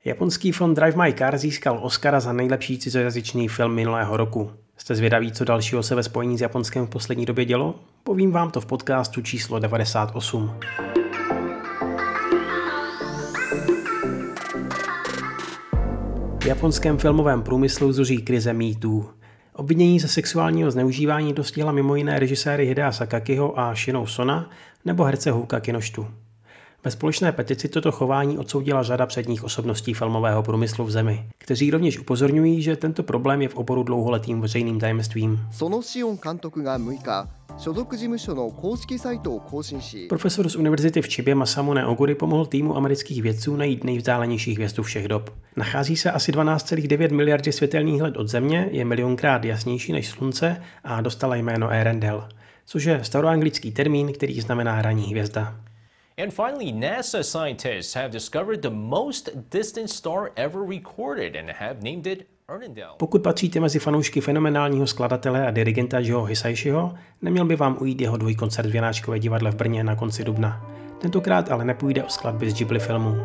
Japonský film Drive My Car získal Oscara za nejlepší cizojazyčný film minulého roku. Jste zvědaví, co dalšího se ve spojení s Japonskem v poslední době dělo? Povím vám to v podcastu číslo 98. V japonském filmovém průmyslu zuří krize Me Too. Obvinění ze sexuálního zneužívání dostihla mimo jiné režiséry Hidea Sakakiho a Shinou Sona nebo herce Houka Kinoshtu. Ve společné petici toto chování odsoudila řada předních osobností filmového průmyslu v zemi, kteří rovněž upozorňují, že tento problém je v oboru dlouholetým veřejným tajemstvím. Profesor z univerzity v Chibě Masamune Oguri pomohl týmu amerických vědců najít nejvzdálenější hvězdu všech dob. Nachází se asi 12,9 miliardy světelných let od Země, je milionkrát jasnější než Slunce a dostala jméno Earendel, což je staroanglický termín, který znamená ranní hvězda. And finally, NASA scientists have discovered the most distant star ever recorded and have named it Earendel. Pokud patříte mezi fanoušky fenomenálního skladatele a dirigenta Joe Hisaishiho, neměl by vám ujít jeho dvojkoncert v Janáčkově divadle v Brně na konci dubna. Tentokrát ale nepůjde o skladby z Ghibli filmů.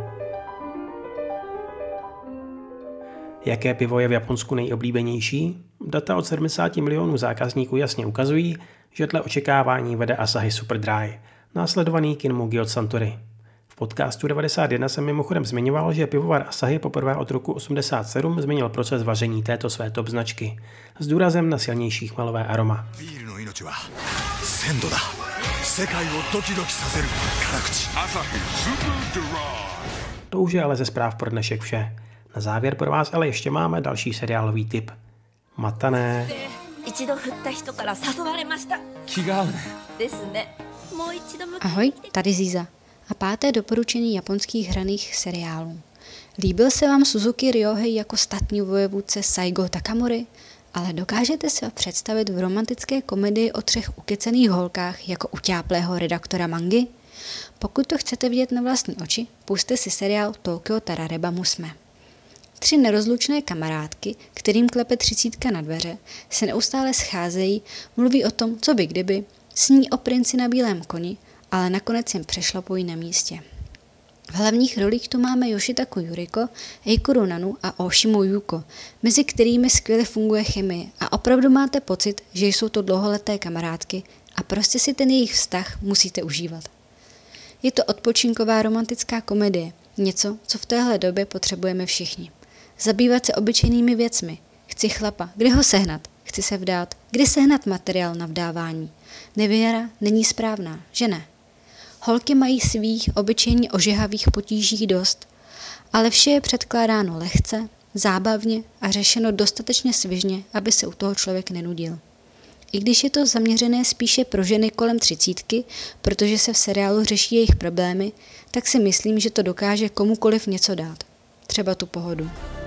Jaké pivo je v Japonsku nejoblíbenější? Data od 70 milionů zákazníků jasně ukazují, že dle očekávání vede Asahi Super Dry, následovaný Kinmugi od Suntory. V podcastu 91 jsem mimochodem zmiňoval, že pivovar Asahi poprvé od roku 87 změnil proces vaření této své top značky s důrazem na silnější chmelové aroma. To už je ale ze zpráv pro dnešek vše. Na závěr pro vás ale ještě máme další seriálový tip. Matané. Ahoj, tady Ziza. A páté doporučení japonských hraných seriálů. Líbil se vám Suzuki Ryohei jako statný vojevůdce Saigo Takamori? Ale dokážete si ho představit v romantické komedii o 3 ukecených holkách jako utáplého redaktora mangy? Pokud to chcete vidět na vlastní oči, pusťte si seriál Tokyo Tarareba Musume. 3 nerozlučné kamarádky, kterým klepe 30 na dveře, se neustále scházejí, mluví o tom, co by kdyby, sní o princi na bílém koni, ale nakonec jim přešlapují na místě. V hlavních rolích tu máme Yoshitaku Yuriko, Eikuru Nanu a Oshimu Yuko, mezi kterými skvěle funguje chemie a opravdu máte pocit, že jsou to dlouholeté kamarádky a prostě si ten jejich vztah musíte užívat. Je to odpočinková romantická komedie, něco, co v téhle době potřebujeme všichni. Zabývat se obyčejnými věcmi. Chci chlapa, kde ho sehnat? Chci se vdát, kdy sehnat materiál na vdávání? Nevěra není správná, že ne? Holky mají svých obyčejně ožehavých potíží dost, ale vše je předkládáno lehce, zábavně a řešeno dostatečně svižně, aby se u toho člověk nenudil. I když je to zaměřené spíše pro ženy kolem 30, protože se v seriálu řeší jejich problémy, tak si myslím, že to dokáže komukoliv něco dát. Třeba tu pohodu.